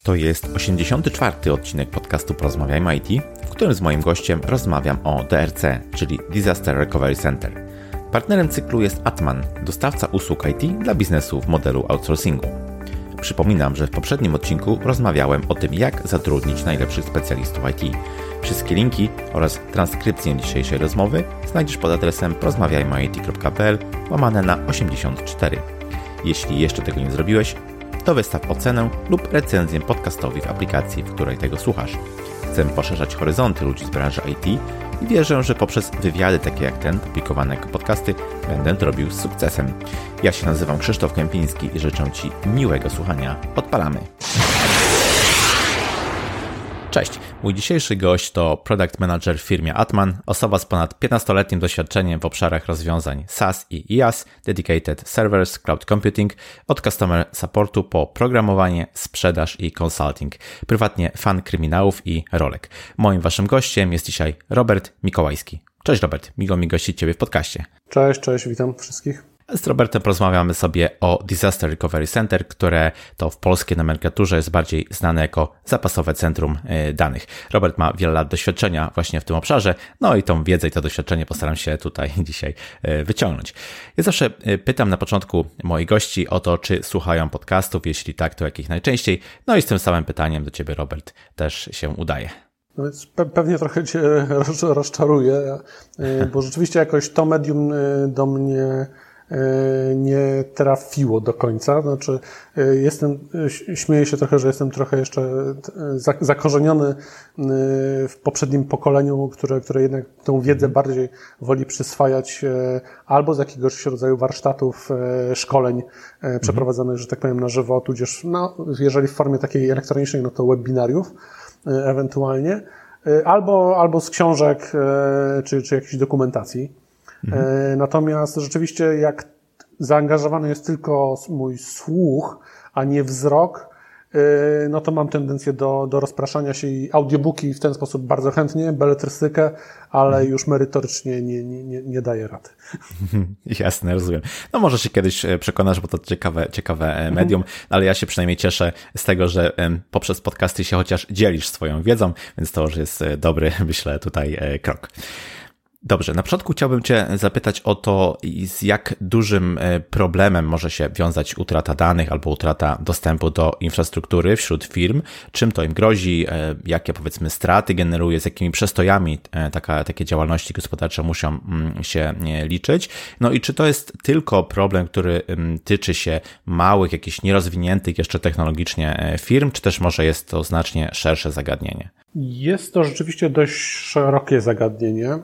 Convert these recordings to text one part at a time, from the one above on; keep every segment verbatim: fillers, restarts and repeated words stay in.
To jest osiemdziesiąty czwarty odcinek podcastu Porozmawiajmy I T, w którym z moim gościem rozmawiam o D R C, czyli Disaster Recovery Center. Partnerem cyklu jest Atman, dostawca usług I T dla biznesu w modelu outsourcingu. Przypominam, że w poprzednim odcinku rozmawiałem o tym, jak zatrudnić najlepszych specjalistów I T. Wszystkie linki oraz transkrypcję dzisiejszej rozmowy znajdziesz pod adresem porozmawiajmyit kropka p l łamane na osiemdziesiąt cztery. Jeśli jeszcze tego nie zrobiłeś, to wystaw ocenę lub recenzję podcastowi w aplikacji, w której tego słuchasz. Chcę poszerzać horyzonty ludzi z branży I T i wierzę, że poprzez wywiady takie jak ten, publikowane jako podcasty, będę to robił z sukcesem. Ja się nazywam Krzysztof Kępiński i życzę Ci miłego słuchania. Odpalamy! Cześć, mój dzisiejszy gość to Product Manager w firmie Atman, osoba z ponad piętnastoletnim doświadczeniem w obszarach rozwiązań SaaS i IaaS, Dedicated Servers, Cloud Computing, od Customer Supportu po programowanie, sprzedaż i consulting. Prywatnie fan kryminałów i rolek. Moim waszym gościem jest dzisiaj Robert Mikołajski. Cześć Robert, miło mi gościć Ciebie w podcaście. Cześć, cześć, witam wszystkich. Z Robertem porozmawiamy sobie o Disaster Recovery Center, które to w polskiej nomenklaturze jest bardziej znane jako zapasowe centrum danych. Robert ma wiele lat doświadczenia właśnie w tym obszarze, no i tą wiedzę i to doświadczenie postaram się tutaj dzisiaj wyciągnąć. Ja zawsze pytam na początku moich gości o to, czy słuchają podcastów, jeśli tak, to jakich najczęściej, no i z tym samym pytaniem do Ciebie, Robert, też się udaje. No więc pe- pewnie trochę Cię rozczaruję, bo rzeczywiście jakoś to medium do mnie nie trafiło do końca. Znaczy, jestem, śmieję się trochę, że jestem trochę jeszcze zakorzeniony w poprzednim pokoleniu, które, które jednak tą wiedzę bardziej woli przyswajać albo z jakiegoś rodzaju warsztatów, szkoleń przeprowadzonych, że tak powiem, na żywo, tudzież, no, jeżeli w formie takiej elektronicznej, no to webinariów ewentualnie, albo, albo z książek, czy, czy jakiejś dokumentacji. Mhm. Natomiast rzeczywiście jak zaangażowany jest tylko mój słuch, a nie wzrok, no to mam tendencję do, do rozpraszania się i audiobooki w ten sposób bardzo chętnie, beletrystykę, ale mhm. już merytorycznie nie, nie, nie, nie daję rady. Jasne, rozumiem. No może się kiedyś przekonasz, bo to ciekawe, ciekawe medium, mhm. ale ja się przynajmniej cieszę z tego, że poprzez podcasty się chociaż dzielisz swoją wiedzą, więc to już jest dobry, myślę, tutaj krok. Dobrze, na początku chciałbym Cię zapytać o to, z jak dużym problemem może się wiązać utrata danych albo utrata dostępu do infrastruktury wśród firm, czym to im grozi, jakie powiedzmy straty generuje, z jakimi przestojami taka, takie działalności gospodarcze muszą się liczyć. No i czy to jest tylko problem, który tyczy się małych, jakichś nierozwiniętych jeszcze technologicznie firm, czy też może jest to znacznie szersze zagadnienie? Jest to rzeczywiście dość szerokie zagadnienie.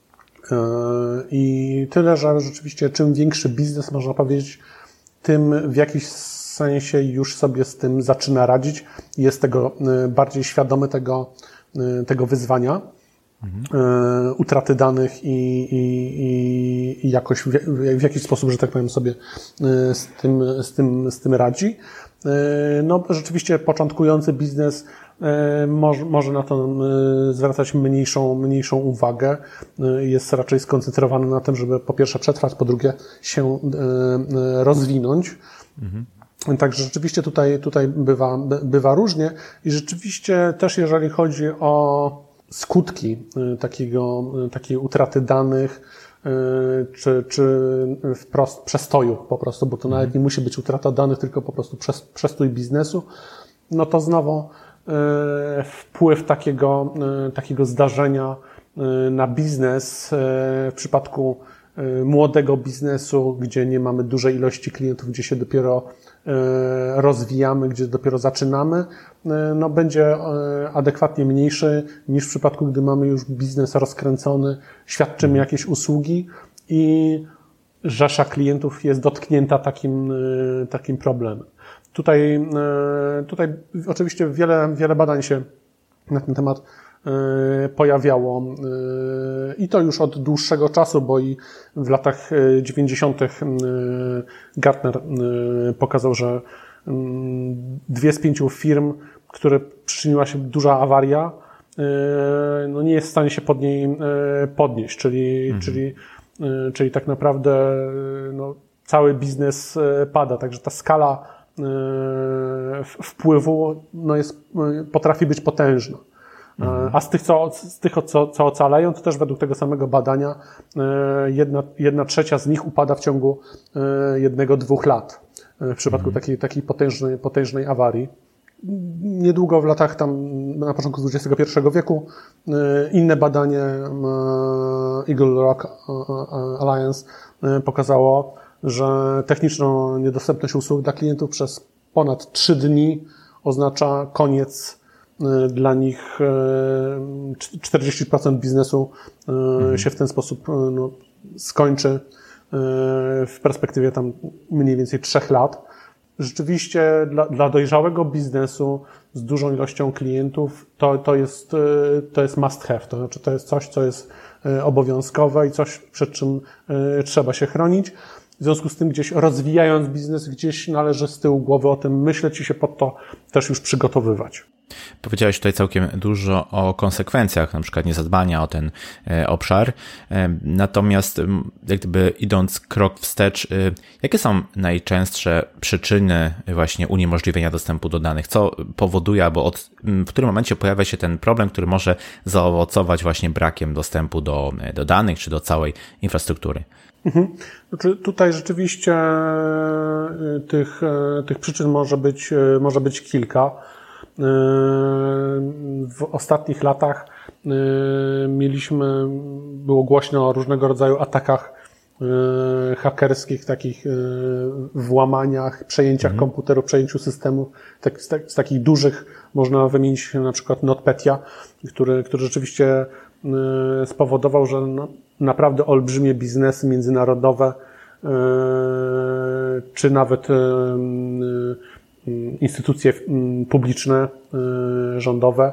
I tyle, że rzeczywiście czym większy biznes, można powiedzieć, tym w jakiś sensie już sobie z tym zaczyna radzić. Jest tego bardziej świadomy tego, tego wyzwania, mhm. utraty danych i, i, i jakoś w, w jakiś sposób, że tak powiem, sobie z tym, z tym, z tym radzi. No rzeczywiście początkujący biznes Może, może na to zwracać mniejszą, mniejszą uwagę. Jest raczej skoncentrowany na tym, żeby po pierwsze przetrwać, po drugie się rozwinąć. Mhm. Także rzeczywiście tutaj, tutaj bywa, bywa różnie i rzeczywiście też jeżeli chodzi o skutki takiego, takiej utraty danych, czy, czy wprost przestoju po prostu, bo to mhm. nawet nie musi być utrata danych, tylko po prostu przestój biznesu, no to znowu wpływ takiego, takiego zdarzenia na biznes w przypadku młodego biznesu, gdzie nie mamy dużej ilości klientów, gdzie się dopiero rozwijamy, gdzie dopiero zaczynamy, no będzie adekwatnie mniejszy niż w przypadku, gdy mamy już biznes rozkręcony, świadczymy jakieś usługi i rzesza klientów jest dotknięta takim, takim problemem. Tutaj, tutaj oczywiście wiele, wiele badań się na ten temat pojawiało i to już od dłuższego czasu, bo i w latach dziewięćdziesiątych Gartner pokazał, że dwie z pięciu firm, które przyczyniła się duża awaria, no nie jest w stanie się pod niej podnieść, czyli, mhm. czyli, czyli tak naprawdę no, cały biznes pada, także ta skala wpływu no jest, potrafi być potężna. A z tych, co, z tych co, co ocalają, to też według tego samego badania jedna, jedna trzecia z nich upada w ciągu jednego, dwóch lat w przypadku takiej, takiej potężnej, potężnej awarii. Niedługo w latach tam, na początku dwudziestego pierwszego wieku, inne badanie Eagle Rock Alliance pokazało, że techniczna niedostępność usług dla klientów przez ponad trzy dni oznacza koniec dla nich. Czterdzieści procent biznesu mhm. się w ten sposób no, skończy w perspektywie tam mniej więcej trzech lat. Rzeczywiście dla, dla dojrzałego biznesu z dużą ilością klientów to, to, jest, to jest must have, to znaczy to jest coś, co jest obowiązkowe i coś, przed czym trzeba się chronić. W związku z tym gdzieś rozwijając biznes, gdzieś należy z tyłu głowy o tym myśleć i się pod to też już przygotowywać. Powiedziałeś tutaj całkiem dużo o konsekwencjach, na przykład niezadbania o ten e, obszar. E, natomiast jak gdyby idąc krok wstecz, e, jakie są najczęstsze przyczyny właśnie uniemożliwienia dostępu do danych? Co powoduje, albo od, w którym momencie pojawia się ten problem, który może zaowocować właśnie brakiem dostępu do, do danych czy do całej infrastruktury? Mhm. Znaczy, tutaj rzeczywiście tych, tych przyczyn może być, może być kilka. W ostatnich latach mieliśmy, było głośno o różnego rodzaju atakach hakerskich, takich włamaniach, przejęciach mhm. komputerów, przejęciu systemów. Tak, z, tak, z takich dużych można wymienić na przykład NotPetya, który, który rzeczywiście spowodował, że no, naprawdę olbrzymie biznesy międzynarodowe czy nawet instytucje publiczne, rządowe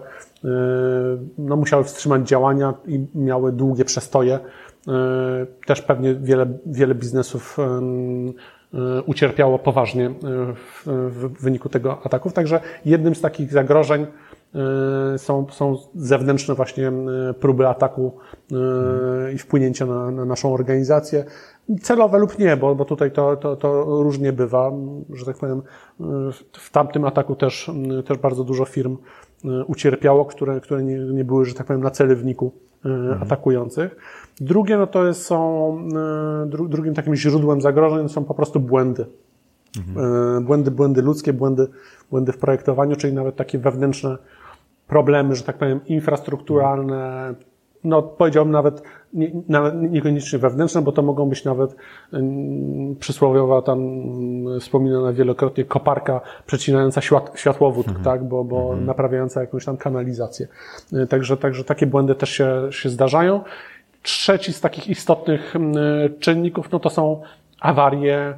no, musiały wstrzymać działania i miały długie przestoje. Też pewnie wiele, wiele biznesów ucierpiało poważnie w, w wyniku tego ataków. Także jednym z takich zagrożeń są, są zewnętrzne właśnie próby ataku i wpłynięcia na, na naszą organizację. Celowe lub nie, bo, bo tutaj to, to, to różnie bywa, że tak powiem. W tamtym ataku też, też bardzo dużo firm ucierpiało, które, które nie, nie były, że tak powiem, na celowniku mhm. atakujących. Drugie, no to jest, są, dru, drugim takim źródłem zagrożeń są po prostu błędy. Mhm. Błędy, błędy ludzkie, błędy, błędy w projektowaniu, czyli nawet takie wewnętrzne problemy, że tak powiem, infrastrukturalne, no powiedziałbym nawet, nie, nawet niekoniecznie wewnętrzne, bo to mogą być nawet um, przysłowiowa tam um, wspominana wielokrotnie koparka przecinająca świat, światłowód, mhm. tak, bo, bo mhm. naprawiająca jakąś tam kanalizację. Także, także takie błędy też się, się zdarzają. Trzeci z takich istotnych um, czynników, no to są awarie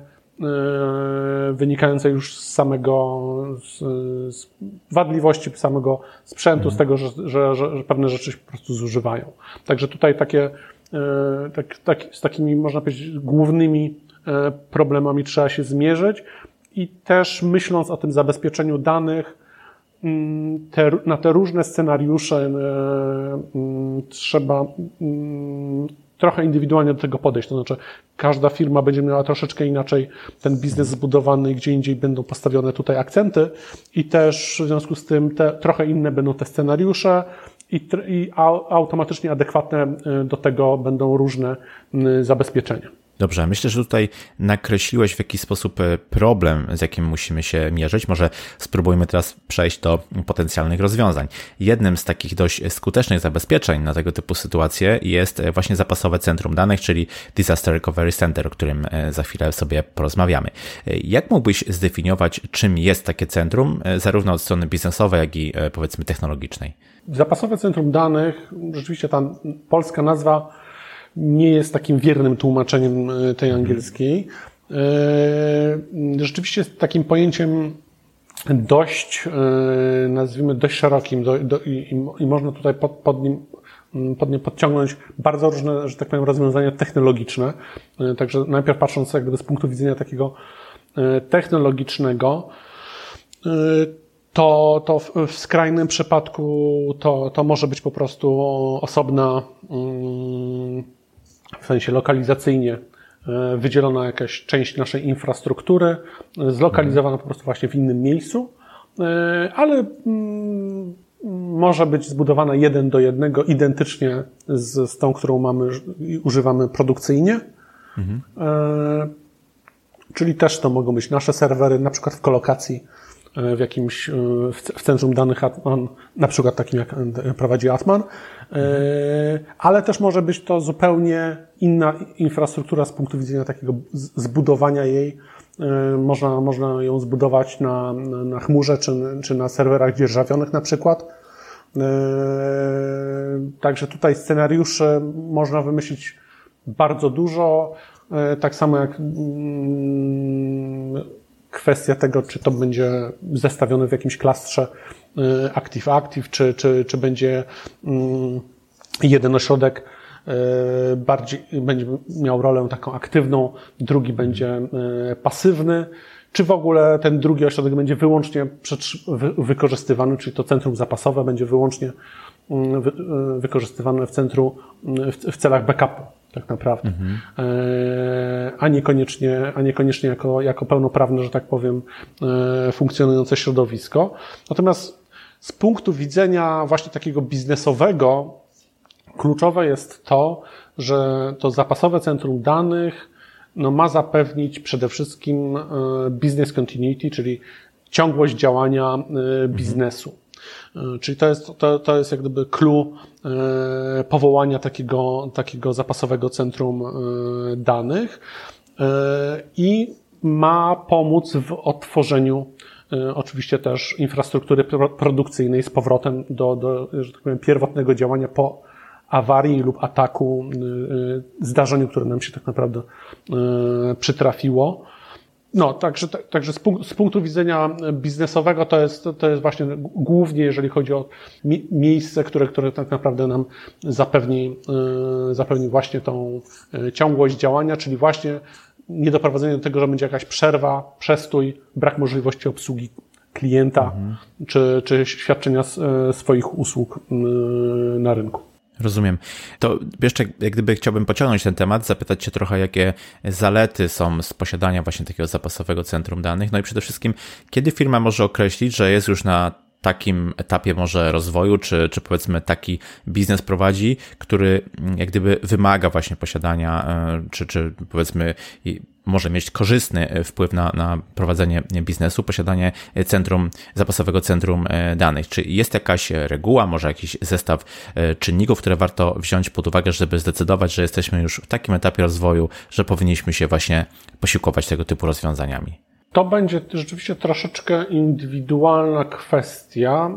wynikające już z samego, z, z wadliwości samego sprzętu, mhm. z tego, że, że, że, że pewne rzeczy się po prostu zużywają. Także tutaj takie, tak, tak, z takimi, można powiedzieć, głównymi problemami trzeba się zmierzyć i też myśląc o tym zabezpieczeniu danych, te, na te różne scenariusze trzeba trochę indywidualnie do tego podejść. To znaczy, każda firma będzie miała troszeczkę inaczej ten biznes zbudowany, gdzie indziej będą postawione tutaj akcenty i też w związku z tym te, trochę inne będą te scenariusze i, i automatycznie adekwatne do tego będą różne zabezpieczenia. Dobrze, myślę, że tutaj nakreśliłeś w jakiś sposób problem, z jakim musimy się mierzyć. Może spróbujmy teraz przejść do potencjalnych rozwiązań. Jednym z takich dość skutecznych zabezpieczeń na tego typu sytuacje jest właśnie zapasowe centrum danych, czyli Disaster Recovery Center, o którym za chwilę sobie porozmawiamy. Jak mógłbyś zdefiniować, czym jest takie centrum, zarówno od strony biznesowej, jak i powiedzmy technologicznej? Zapasowe centrum danych, rzeczywiście ta polska nazwa nie jest takim wiernym tłumaczeniem tej angielskiej. Rzeczywiście jest takim pojęciem dość, nazwijmy, dość szerokim do, do, i, i można tutaj pod, pod nim pod nie podciągnąć bardzo różne, że tak powiem, rozwiązania technologiczne. Także najpierw patrząc jak gdyby z punktu widzenia takiego technologicznego, to, to w, w skrajnym przypadku to, to może być po prostu osobna, w sensie lokalizacyjnie wydzielona jakaś część naszej infrastruktury, zlokalizowana po prostu właśnie w innym miejscu, ale może być zbudowana jeden do jednego, identycznie z, z tą, którą mamy i używamy produkcyjnie. Mhm. Czyli też to mogą być nasze serwery, na przykład w kolokacji w jakimś, w centrum danych Atman, na przykład takim jak prowadzi Atman, ale też może być to zupełnie inna infrastruktura z punktu widzenia takiego zbudowania jej. Można, można ją zbudować na, na chmurze czy, czy na serwerach dzierżawionych na przykład. Także tutaj scenariuszy można wymyślić bardzo dużo, tak samo jak kwestia tego, czy to będzie zestawione w jakimś klastrze Active-Active, czy, czy, czy będzie jeden ośrodek bardziej będzie miał rolę taką aktywną, drugi będzie pasywny, czy w ogóle ten drugi ośrodek będzie wyłącznie wykorzystywany, czyli to centrum zapasowe będzie wyłącznie wykorzystywane w centrum, w celach backupu, tak naprawdę. Mhm. A niekoniecznie, a niekoniecznie jako, jako pełnoprawne, że tak powiem, funkcjonujące środowisko. Natomiast z punktu widzenia właśnie takiego biznesowego kluczowe jest to, że to zapasowe centrum danych no, ma zapewnić przede wszystkim business continuity, czyli ciągłość działania biznesu. Mhm. Czyli to jest, to, to jest jak gdyby clue powołania takiego, takiego zapasowego centrum danych i ma pomóc w odtworzeniu oczywiście też infrastruktury produkcyjnej z powrotem do, do że tak powiem, pierwotnego działania po awarii lub ataku, zdarzeniu, które nam się tak naprawdę przytrafiło. No, także, także z, punktu, z punktu widzenia biznesowego to jest, to jest właśnie głównie, jeżeli chodzi o mi, miejsce, które, które tak naprawdę nam zapewni, zapewni właśnie tą ciągłość działania, czyli właśnie niedoprowadzenie do tego, że będzie jakaś przerwa, przestój, brak możliwości obsługi klienta, mhm. czy, czy świadczenia swoich usług na rynku. Rozumiem. To jeszcze jak gdyby chciałbym pociągnąć ten temat, zapytać Cię trochę, jakie zalety są z posiadania właśnie takiego zapasowego centrum danych. No i przede wszystkim, kiedy firma może określić, że jest już na takim etapie może rozwoju, czy, czy powiedzmy taki biznes prowadzi, który jak gdyby wymaga właśnie posiadania, czy, czy powiedzmy może mieć korzystny wpływ na, na prowadzenie biznesu, posiadanie centrum, zapasowego centrum danych. Czy jest jakaś reguła, może jakiś zestaw czynników, które warto wziąć pod uwagę, żeby zdecydować, że jesteśmy już w takim etapie rozwoju, że powinniśmy się właśnie posiłkować tego typu rozwiązaniami? To będzie rzeczywiście troszeczkę indywidualna kwestia,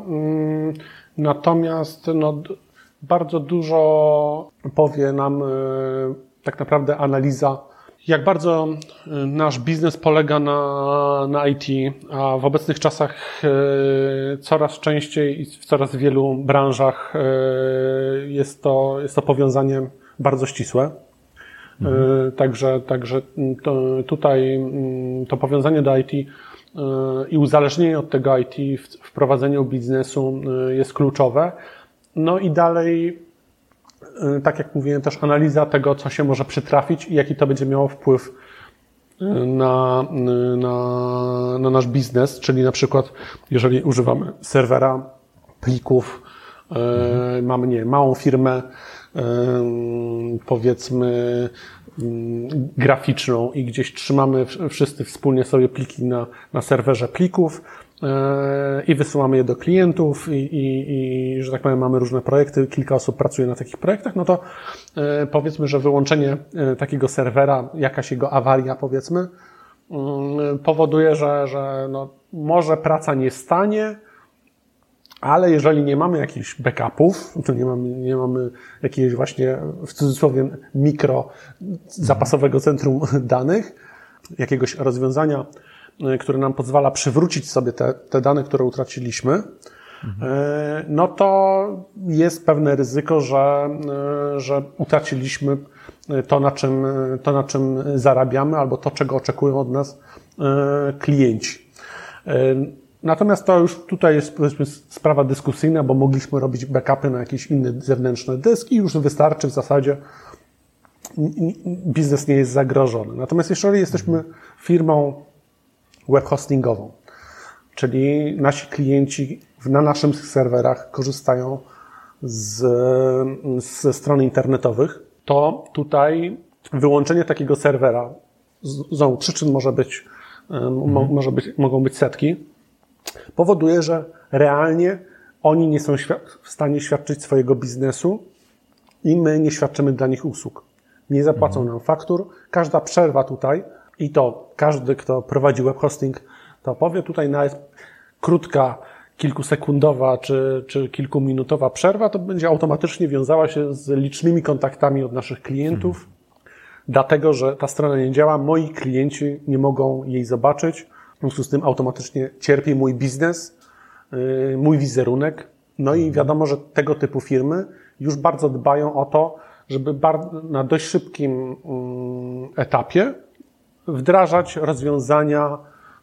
natomiast no, bardzo dużo powie nam tak naprawdę analiza, jak bardzo nasz biznes polega na, na I T, a w obecnych czasach coraz częściej i w coraz wielu branżach jest to, jest to powiązanie bardzo ścisłe. Mhm. Także, także to, tutaj to powiązanie do I T i uzależnienie od tego I T w wprowadzeniu biznesu jest kluczowe. No i dalej, tak jak mówiłem, też analiza tego, co się może przytrafić i jaki to będzie miało wpływ na, na, na nasz biznes, czyli na przykład jeżeli używamy serwera, plików, mhm. mamy nie, małą firmę, powiedzmy graficzną i gdzieś trzymamy wszyscy wspólnie sobie pliki na, na serwerze plików i wysyłamy je do klientów i, i, i, że tak powiem, mamy różne projekty, kilka osób pracuje na takich projektach, no to powiedzmy, że wyłączenie takiego serwera, jakaś jego awaria, powiedzmy, powoduje, że, że no, może praca nie stanie, ale jeżeli nie mamy jakichś backupów, to nie mamy, nie mamy jakiegoś właśnie, w cudzysłowie, mikro zapasowego centrum danych, jakiegoś rozwiązania, które nam pozwala przywrócić sobie te, te dane, które utraciliśmy, mhm. no to jest pewne ryzyko, że, że utraciliśmy to na, czym, to, na czym zarabiamy, albo to, czego oczekują od nas klienci. Natomiast to już tutaj jest, powiedzmy, sprawa dyskusyjna, bo mogliśmy robić backupy na jakiś inny zewnętrzny dysk i już wystarczy w zasadzie biznes nie jest zagrożony. Natomiast jeżeli jesteśmy firmą web hostingową, czyli nasi klienci na naszych serwerach korzystają z, ze stron internetowych, to tutaj wyłączenie takiego serwera, znowu przyczyn może być, mhm. może być, mogą być setki, powoduje, że realnie oni nie są w stanie świadczyć swojego biznesu i my nie świadczymy dla nich usług. Nie zapłacą mhm. nam faktur. Każda przerwa tutaj, i to każdy, kto prowadzi web hosting, to powie tutaj nawet krótka, kilkusekundowa czy, czy kilkuminutowa przerwa, to będzie automatycznie wiązała się z licznymi kontaktami od naszych klientów, mhm. dlatego, że ta strona nie działa, moi klienci nie mogą jej zobaczyć, w związku z tym automatycznie cierpi mój biznes, yy, mój wizerunek, no mhm. i wiadomo, że tego typu firmy już bardzo dbają o to, żeby na dość szybkim etapie wdrażać rozwiązania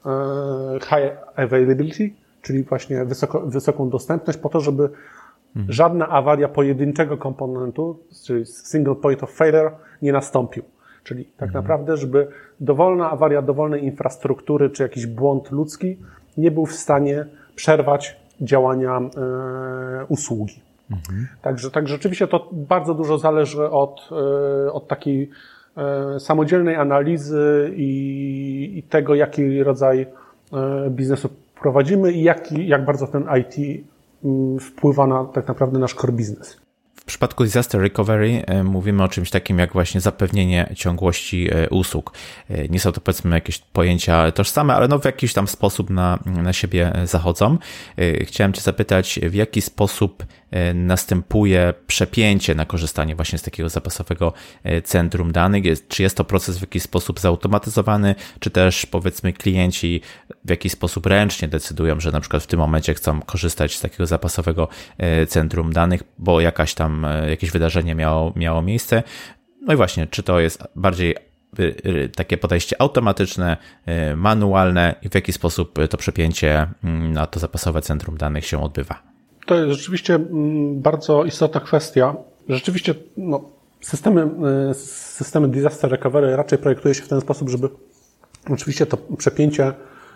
high availability, czyli właśnie wysoko, wysoką dostępność, po to, żeby mhm. żadna awaria pojedynczego komponentu, czyli single point of failure, nie nastąpił. Czyli tak mhm. naprawdę, żeby dowolna awaria dowolnej infrastruktury, czy jakiś błąd ludzki nie był w stanie przerwać działania e, usługi. Mhm. Także, tak rzeczywiście to bardzo dużo zależy od, od takiej samodzielnej analizy i, i tego, jaki rodzaj biznesu prowadzimy i jak, jak bardzo ten I T wpływa na tak naprawdę nasz core biznes. W przypadku disaster recovery mówimy o czymś takim jak właśnie zapewnienie ciągłości usług. Nie są to powiedzmy jakieś pojęcia tożsame, ale no w jakiś tam sposób na, na siebie zachodzą. Chciałem Cię zapytać, w jaki sposób następuje przepięcie na korzystanie właśnie z takiego zapasowego centrum danych? Czy jest to proces w jakiś sposób zautomatyzowany, czy też powiedzmy klienci w jakiś sposób ręcznie decydują, że na przykład w tym momencie chcą korzystać z takiego zapasowego centrum danych, bo jakaś tam, jakieś wydarzenie miało, miało miejsce? No i właśnie, czy to jest bardziej takie podejście automatyczne, manualne i w jaki sposób to przepięcie na to zapasowe centrum danych się odbywa? To jest rzeczywiście bardzo istotna kwestia. Rzeczywiście no, systemy, systemy disaster recovery raczej projektuje się w ten sposób, żeby oczywiście to przepięcie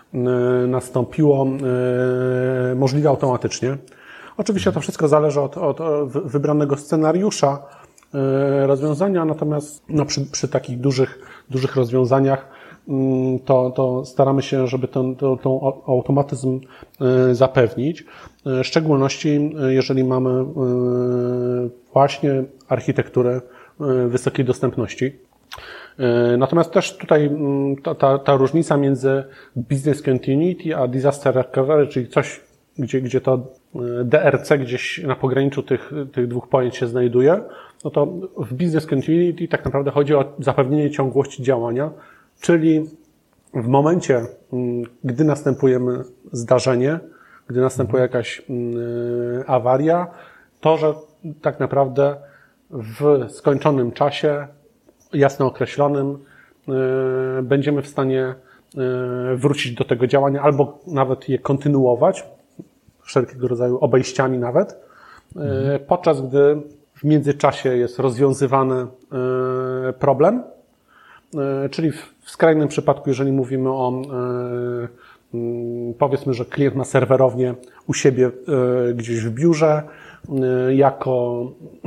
nastąpiło możliwie automatycznie. Oczywiście to wszystko zależy od, od wybranego scenariusza rozwiązania, natomiast no, przy, przy takich dużych, dużych rozwiązaniach to, to staramy się, żeby ten, to, ten automatyzm zapewnić. W szczególności, jeżeli mamy właśnie architekturę wysokiej dostępności. Natomiast też tutaj ta, ta, ta różnica między business continuity a disaster recovery, czyli coś, gdzie, gdzie to D R C gdzieś na pograniczu tych, tych dwóch pojęć się znajduje, no to w business continuity tak naprawdę chodzi o zapewnienie ciągłości działania, czyli w momencie, gdy następuje zdarzenie, gdy następuje jakaś awaria, to, że tak naprawdę w skończonym czasie, jasno określonym, będziemy w stanie wrócić do tego działania albo nawet je kontynuować, wszelkiego rodzaju obejściami nawet, mhm. podczas gdy w międzyczasie jest rozwiązywany problem, czyli w skrajnym przypadku, jeżeli mówimy o, powiedzmy, że klient ma serwerownię u siebie gdzieś w biurze, jako,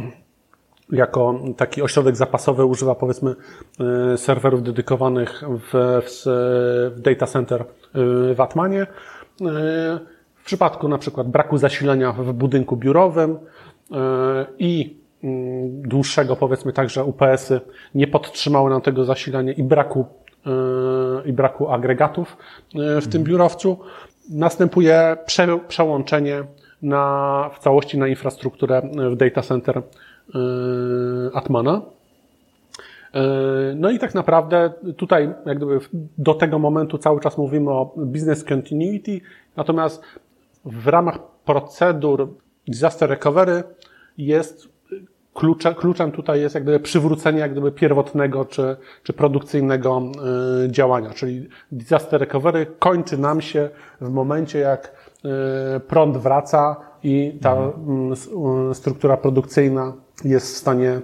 jako taki ośrodek zapasowy używa, powiedzmy, serwerów dedykowanych w, w data center w Atmanie. W przypadku na przykład braku zasilania w budynku biurowym i dłuższego, powiedzmy tak, że U P S-y nie podtrzymały nam tego zasilania i braku, i braku agregatów w tym biurowcu, następuje prze, przełączenie na, w całości na infrastrukturę w data center Atmana. No i tak naprawdę tutaj jak gdyby do tego momentu cały czas mówimy o business continuity, natomiast w ramach procedur disaster recovery jest klucze, kluczem tutaj jest jak gdyby przywrócenie jak gdyby pierwotnego czy, czy produkcyjnego y, działania, czyli disaster recovery kończy nam się w momencie jak y, prąd wraca i ta mhm. y, struktura produkcyjna jest w stanie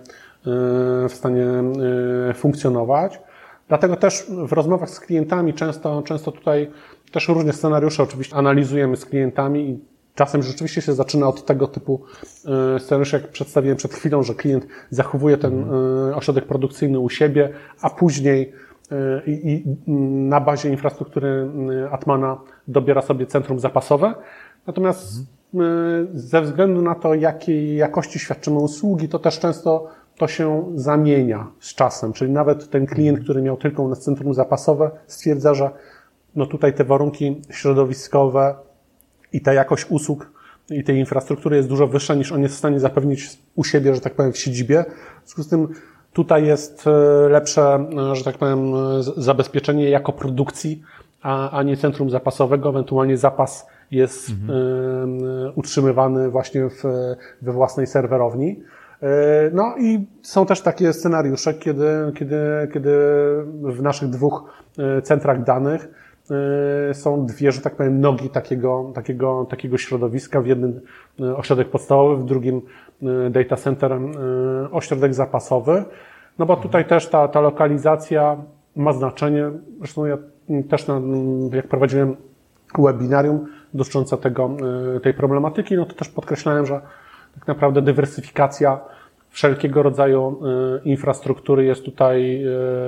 w stanie funkcjonować. Dlatego też w rozmowach z klientami często, często tutaj też różne scenariusze oczywiście analizujemy z klientami i czasem rzeczywiście się zaczyna od tego typu scenariuszy, jak przedstawiłem przed chwilą, że klient zachowuje ten ośrodek produkcyjny u siebie, a później i, i na bazie infrastruktury Atmana dobiera sobie centrum zapasowe. Natomiast ze względu na to, jakiej jakości świadczymy usługi, to też często to się zamienia z czasem. Czyli nawet ten klient, który miał tylko u nas centrum zapasowe, stwierdza, że no tutaj te warunki środowiskowe i ta jakość usług i tej infrastruktury jest dużo wyższa, niż on jest w stanie zapewnić u siebie, że tak powiem, w siedzibie. W związku z tym tutaj jest lepsze, że tak powiem, zabezpieczenie jako produkcji, a, a nie centrum zapasowego. Ewentualnie zapas jest mhm. y, utrzymywany właśnie w, we własnej serwerowni. Y, no i są też takie scenariusze, kiedy, kiedy, kiedy w naszych dwóch centrach danych y, są dwie, że tak powiem, nogi takiego, takiego, takiego środowiska. W jednym ośrodek podstawowy, w drugim data center, y, ośrodek zapasowy. No bo tutaj też ta, ta lokalizacja ma znaczenie. Zresztą ja też, na, jak prowadziłem webinarium dotyczące tego, tej problematyki, no to też podkreślałem, że tak naprawdę dywersyfikacja wszelkiego rodzaju infrastruktury jest tutaj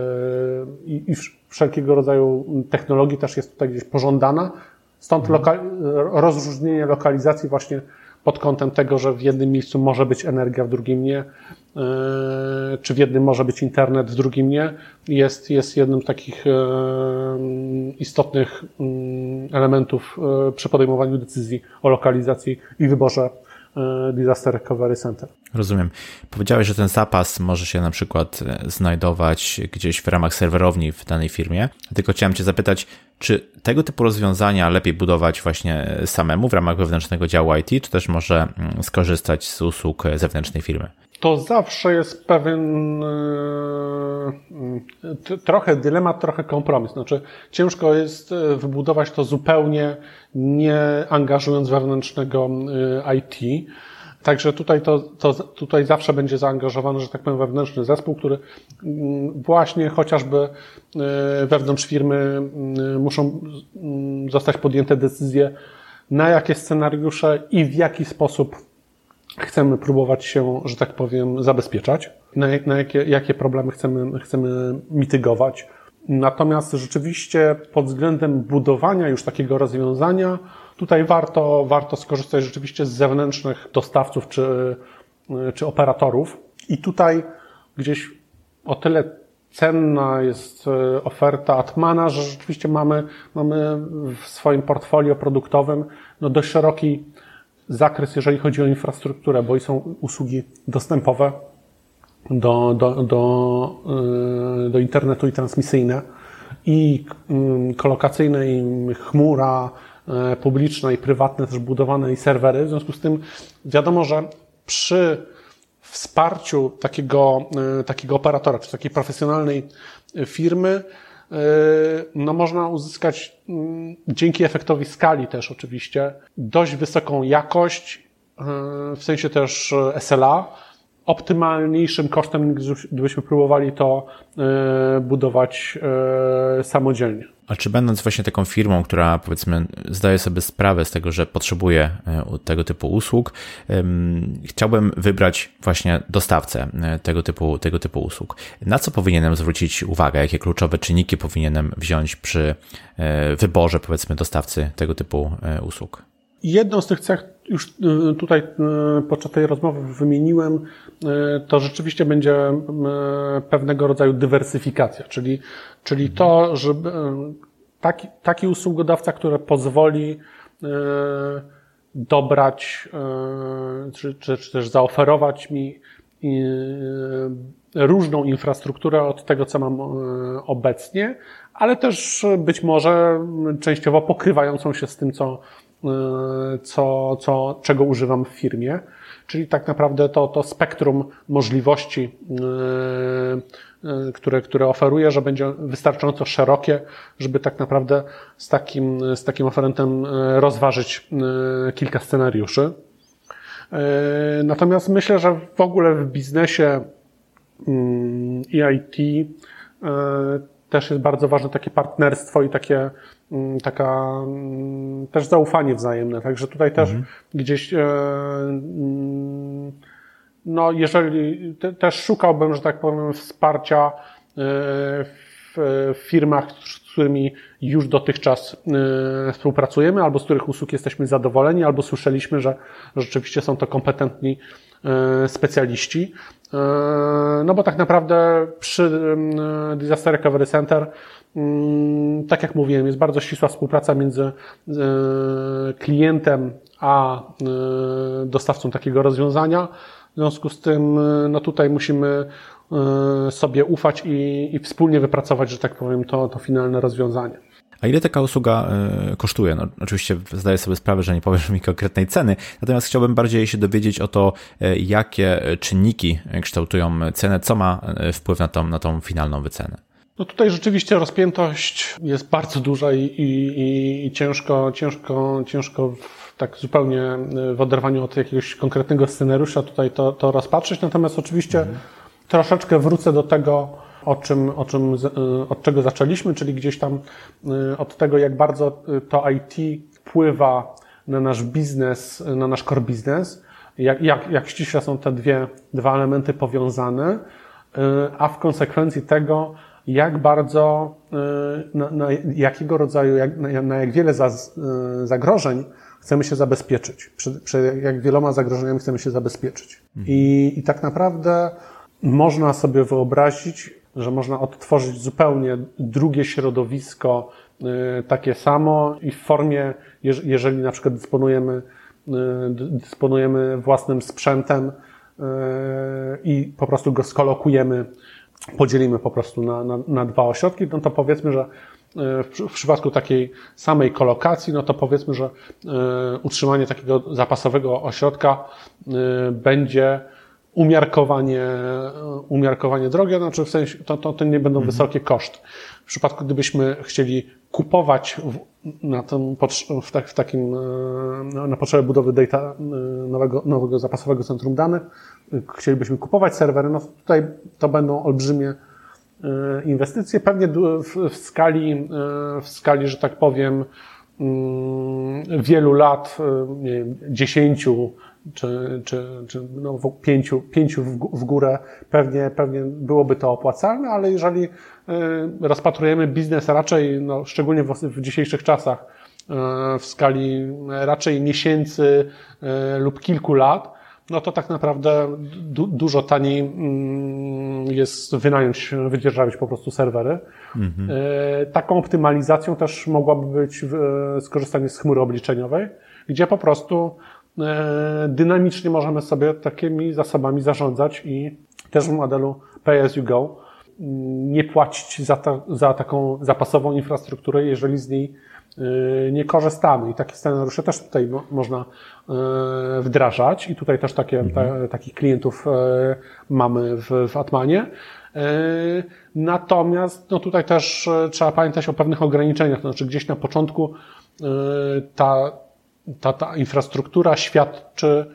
i, i wszelkiego rodzaju technologii też jest tutaj gdzieś pożądana. Stąd loka, rozróżnienie lokalizacji właśnie pod kątem tego, że w jednym miejscu może być energia, w drugim nie, czy w jednym może być internet, w drugim nie, jest, jest jednym z takich istotnych elementów przy podejmowaniu decyzji o lokalizacji i wyborze Disaster Recovery Center. Rozumiem. Powiedziałeś, że ten zapas może się na przykład znajdować gdzieś w ramach serwerowni w danej firmie. Tylko chciałem Cię zapytać, czy tego typu rozwiązania lepiej budować właśnie samemu w ramach wewnętrznego działu I T, czy też może skorzystać z usług zewnętrznej firmy? To zawsze jest pewien trochę dylemat, trochę kompromis. Znaczy, ciężko jest wybudować to zupełnie nie angażując wewnętrznego I T. Także tutaj to, to tutaj zawsze będzie zaangażowany, że tak powiem, wewnętrzny zespół, który właśnie chociażby wewnątrz firmy muszą zostać podjęte decyzje, na jakie scenariusze i w jaki sposób chcemy próbować się, że tak powiem, zabezpieczać, na, na jakie, jakie problemy chcemy, chcemy mitygować. Natomiast rzeczywiście pod względem budowania już takiego rozwiązania, tutaj warto, warto skorzystać rzeczywiście z zewnętrznych dostawców czy, czy operatorów. I tutaj gdzieś o tyle cenna jest oferta Atmana, że rzeczywiście mamy, mamy w swoim portfolio produktowym no dość szeroki zakres, jeżeli chodzi o infrastrukturę, bo i są usługi dostępowe do, do, do, do internetu i transmisyjne, i kolokacyjne, i chmura publiczna i prywatne też budowane, i serwery. W związku z tym wiadomo, że przy wsparciu takiego, takiego operatora, czy takiej profesjonalnej firmy, no można uzyskać dzięki efektowi skali też oczywiście dość wysoką jakość, w sensie też S L A, optymalniejszym kosztem, gdybyśmy próbowali to budować samodzielnie. A czy będąc właśnie taką firmą, która powiedzmy zdaje sobie sprawę z tego, że potrzebuje tego typu usług, chciałbym wybrać właśnie dostawcę tego typu, tego typu usług. Na co powinienem zwrócić uwagę? Jakie kluczowe czynniki powinienem wziąć przy wyborze powiedzmy dostawcy tego typu usług? Jedną z tych cech już tutaj podczas tej rozmowy wymieniłem, to rzeczywiście będzie pewnego rodzaju dywersyfikacja, czyli, czyli to, żeby taki, taki usługodawca, który pozwoli dobrać, czy, czy, czy też zaoferować mi różną infrastrukturę od tego, co mam obecnie, ale też być może częściowo pokrywającą się z tym, co Co, co, czego używam w firmie, czyli tak naprawdę to, to spektrum możliwości, które, które oferuję, że będzie wystarczająco szerokie, żeby tak naprawdę z takim, z takim oferentem rozważyć kilka scenariuszy. Natomiast myślę, że w ogóle w biznesie i I T też jest bardzo ważne takie partnerstwo i takie taka też zaufanie wzajemne. Także tutaj też mhm. gdzieś no jeżeli te, też szukałbym, że tak powiem, wsparcia w firmach, z którymi już dotychczas współpracujemy, albo z których usług jesteśmy zadowoleni, albo słyszeliśmy, że rzeczywiście są to kompetentni specjaliści. No bo tak naprawdę przy Disaster Recovery Center, tak jak mówiłem, jest bardzo ścisła współpraca między klientem a dostawcą takiego rozwiązania. W związku z tym, no tutaj musimy sobie ufać i, i wspólnie wypracować, że tak powiem, to, to finalne rozwiązanie. A ile taka usługa kosztuje? No, oczywiście zdaję sobie sprawę, że nie powiesz mi konkretnej ceny, natomiast chciałbym bardziej się dowiedzieć o to, jakie czynniki kształtują cenę, co ma wpływ na tą, na tą finalną wycenę. No tutaj rzeczywiście rozpiętość jest bardzo duża i, i, i ciężko, ciężko, ciężko w, tak zupełnie w oderwaniu od jakiegoś konkretnego scenariusza tutaj to, to rozpatrzeć. Natomiast oczywiście mhm. troszeczkę wrócę do tego, o czym, o czym, od czego zaczęliśmy, czyli gdzieś tam od tego, jak bardzo to I T wpływa na nasz biznes, na nasz core biznes, jak, jak, jak ściśle są te dwie, dwa elementy powiązane, a w konsekwencji tego, jak bardzo, na, na jakiego rodzaju, jak, na, na jak wiele za, zagrożeń chcemy się zabezpieczyć, przed, przed jak wieloma zagrożeniami chcemy się zabezpieczyć. Mhm. I, I tak naprawdę można sobie wyobrazić, że można odtworzyć zupełnie drugie środowisko, takie samo i w formie, jeżeli na przykład dysponujemy, dysponujemy własnym sprzętem i po prostu go skolokujemy, podzielimy po prostu na, na, na dwa ośrodki, no to powiedzmy, że w przypadku takiej samej kolokacji, no to powiedzmy, że utrzymanie takiego zapasowego ośrodka będzie umiarkowanie, umiarkowanie drogie, znaczy w sensie to, to, to nie będą mhm. wysokie koszty. W przypadku, gdybyśmy chcieli kupować w, na tym, w, tak, w takim, na potrzebę budowy data, nowego, nowego zapasowego centrum danych, chcielibyśmy kupować serwery, no tutaj to będą olbrzymie inwestycje, pewnie w, w skali, w skali, że tak powiem, wielu lat, nie wiem, dziesięciu, czy, czy, czy no, pięciu, pięciu w, w górę, pewnie, pewnie byłoby to opłacalne, ale jeżeli y, rozpatrujemy biznes raczej, no, szczególnie w, w dzisiejszych czasach, y, w skali raczej miesięcy y, lub kilku lat, no to tak naprawdę du, dużo taniej y, jest wynająć, wydzierżawić po prostu serwery. Mhm. Y, taką optymalizacją też mogłaby być y, skorzystanie z chmury obliczeniowej, gdzie po prostu dynamicznie możemy sobie takimi zasobami zarządzać i też w modelu pay as you go nie płacić za, ta, za taką zapasową infrastrukturę, jeżeli z niej nie korzystamy. I takie scenariusze też tutaj mo, można wdrażać i tutaj też takie, mhm. ta, takich klientów mamy w, w Atmanie. Natomiast no tutaj też trzeba pamiętać o pewnych ograniczeniach, to znaczy gdzieś na początku ta Ta, ta infrastruktura świadczy,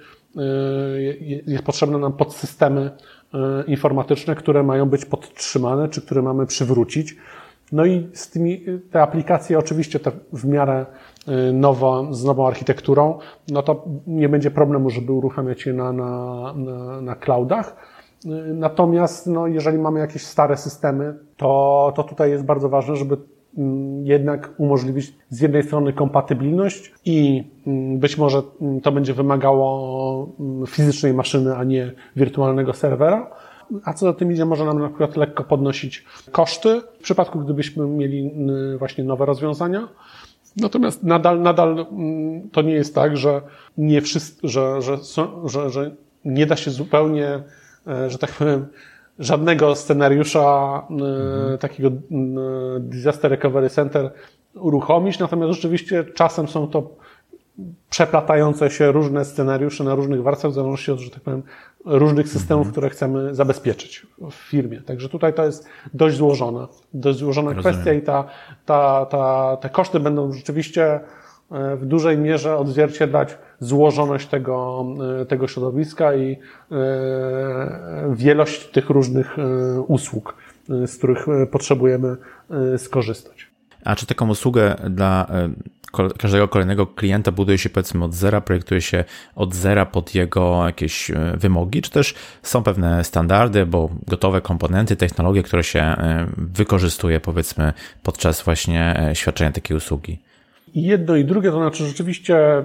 jest potrzebne nam podsystemy informatyczne, które mają być podtrzymane, czy które mamy przywrócić. No i z tymi, te aplikacje oczywiście te w miarę nowo, z nową architekturą, no to nie będzie problemu, żeby uruchamiać je na, na, na, na cloudach. Natomiast no, jeżeli mamy jakieś stare systemy, to, to tutaj jest bardzo ważne, żeby jednak umożliwić z jednej strony kompatybilność i być może to będzie wymagało fizycznej maszyny, a nie wirtualnego serwera, a co za tym idzie, może nam na przykład lekko podnosić koszty w przypadku, gdybyśmy mieli właśnie nowe rozwiązania. Natomiast nadal, nadal to nie jest tak, że nie wszyscy, że, że, że, że nie da się zupełnie, że tak powiem, żadnego scenariusza mhm. takiego Disaster Recovery Center uruchomić, natomiast rzeczywiście czasem są to przeplatające się różne scenariusze na różnych warstwach, w zależności od, że tak powiem, różnych systemów, mhm. które chcemy zabezpieczyć w firmie. Także tutaj to jest dość złożona, dość złożona Rozumiem. kwestia i ta, ta, ta, te koszty będą rzeczywiście w dużej mierze odzwierciedlać złożoność tego, tego środowiska i wielość tych różnych usług, z których potrzebujemy skorzystać. A czy taką usługę dla każdego kolejnego klienta buduje się powiedzmy od zera, projektuje się od zera pod jego jakieś wymogi, czy też są pewne standardy, bo gotowe komponenty, technologie, które się wykorzystuje powiedzmy podczas właśnie świadczenia takiej usługi? I jedno i drugie, to znaczy rzeczywiście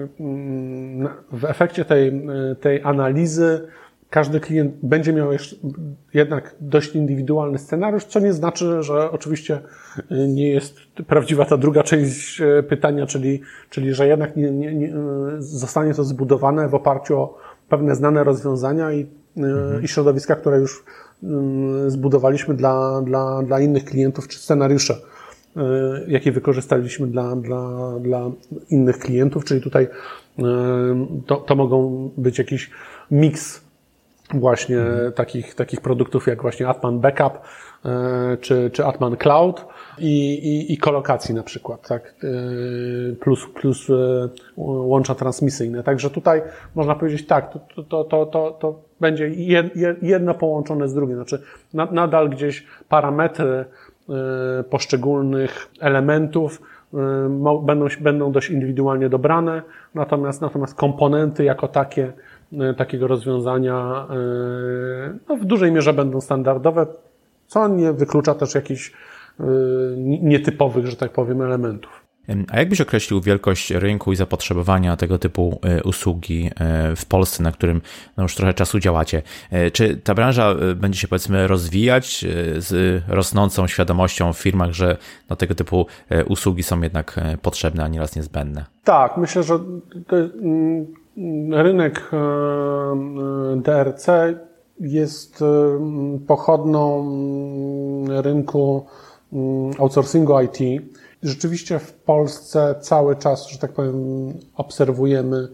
w efekcie tej, tej analizy każdy klient będzie miał jeszcze jednak dość indywidualny scenariusz, co nie znaczy, że oczywiście nie jest prawdziwa ta druga część pytania, czyli, czyli że jednak nie, nie, nie zostanie to zbudowane w oparciu o pewne znane rozwiązania i, mhm. i środowiska, które już zbudowaliśmy dla, dla, dla innych klientów, czy scenariusze, jakie wykorzystaliśmy dla, dla, dla innych klientów, czyli tutaj to, to mogą być jakiś miks właśnie mhm. takich, takich produktów jak właśnie Atman Backup czy, czy Atman Cloud i, i, i kolokacji na przykład, tak, plus, plus łącza transmisyjne. Także tutaj można powiedzieć tak, to, to, to, to, to będzie jedno połączone z drugim, znaczy nadal gdzieś parametry poszczególnych elementów będą, będą dość indywidualnie dobrane, natomiast, natomiast komponenty jako takie takiego rozwiązania no, w dużej mierze będą standardowe, co nie wyklucza też jakichś nietypowych, że tak powiem, elementów. A jak byś określił wielkość rynku i zapotrzebowania tego typu usługi w Polsce, na którym no już trochę czasu działacie? Czy ta branża będzie się powiedzmy rozwijać z rosnącą świadomością w firmach, że no, tego typu usługi są jednak potrzebne, a nieraz niezbędne? Tak, myślę, że to, rynek D R C jest pochodną rynku outsourcingu I T. Rzeczywiście w Polsce cały czas, że tak powiem, obserwujemy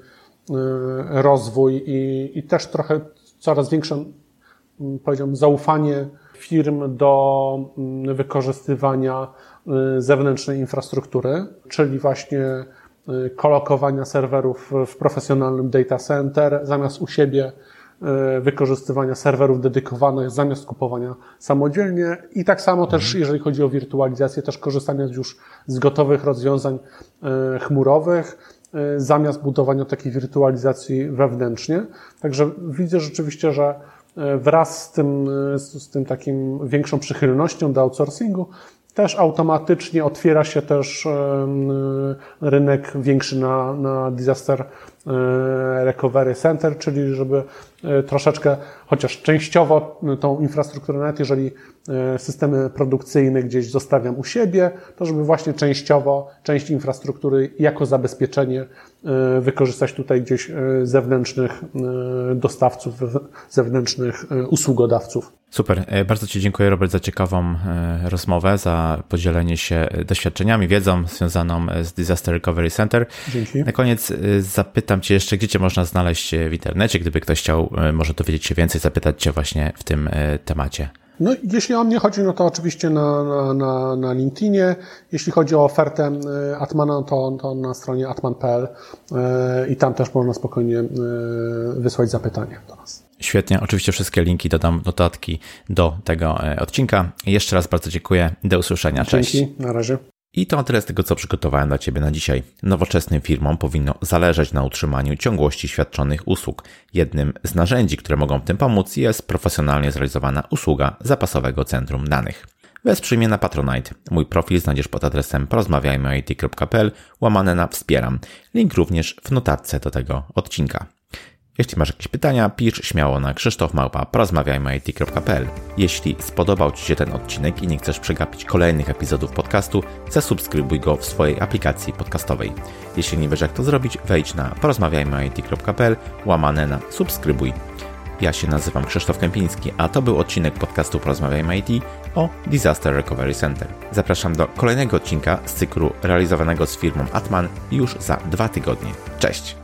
rozwój i, i też trochę coraz większe, powiedziałbym, zaufanie firm do wykorzystywania zewnętrznej infrastruktury, czyli właśnie kolokowania serwerów w profesjonalnym data center zamiast u siebie, wykorzystywania serwerów dedykowanych zamiast kupowania samodzielnie i tak samo mhm. też, jeżeli chodzi o wirtualizację, też korzystania już z gotowych rozwiązań chmurowych zamiast budowania takiej wirtualizacji wewnętrznie. Także widzę rzeczywiście, że wraz z tym, z tym takim większą przychylnością do outsourcingu też automatycznie otwiera się też rynek większy na, na Disaster Recovery Center, czyli żeby troszeczkę, chociaż częściowo tą infrastrukturę, nawet jeżeli systemy produkcyjne gdzieś zostawiam u siebie, to żeby właśnie częściowo część infrastruktury jako zabezpieczenie wykorzystać tutaj gdzieś zewnętrznych dostawców, zewnętrznych usługodawców. Super. Bardzo Ci dziękuję, Robert, za ciekawą rozmowę, za podzielenie się doświadczeniami, wiedzą związaną z Disaster Recovery Center. Dzięki. Na koniec zapytam Cię jeszcze, gdzie Cię można znaleźć w internecie, gdyby ktoś chciał może dowiedzieć się więcej, zapytać Cię właśnie w tym temacie. No, jeśli o mnie chodzi, no to oczywiście na, na, na, na LinkedInie. Jeśli chodzi o ofertę Atmana, to, to na stronie atman kropka p l i tam też można spokojnie wysłać zapytanie do nas. Świetnie. Oczywiście wszystkie linki dodam, notatki do tego odcinka. Jeszcze raz bardzo dziękuję. Do usłyszenia. Cześć. Dzięki. Na razie. I to na tyle z tego, co przygotowałem dla Ciebie na dzisiaj. Nowoczesnym firmom powinno zależeć na utrzymaniu ciągłości świadczonych usług. Jednym z narzędzi, które mogą w tym pomóc, jest profesjonalnie zrealizowana usługa zapasowego centrum danych. Wesprzyj mnie na Patronite. Mój profil znajdziesz pod adresem porozmawiajmy o i t kropka p l łamane na wspieram. Link również w notatce do tego odcinka. Jeśli masz jakieś pytania, pisz śmiało na krzysztof małpa porozmawiajmy o i t kropka p l. Jeśli spodobał Ci się ten odcinek i nie chcesz przegapić kolejnych epizodów podcastu, zasubskrybuj go w swojej aplikacji podcastowej. Jeśli nie wiesz, jak to zrobić, wejdź na porozmawiajmy o i t kropka p l łamane na subskrybuj. Ja się nazywam Krzysztof Kępiński, a to był odcinek podcastu Porozmawiajmy I T o Disaster Recovery Center. Zapraszam do kolejnego odcinka z cyklu realizowanego z firmą Atman już za dwa tygodnie. Cześć!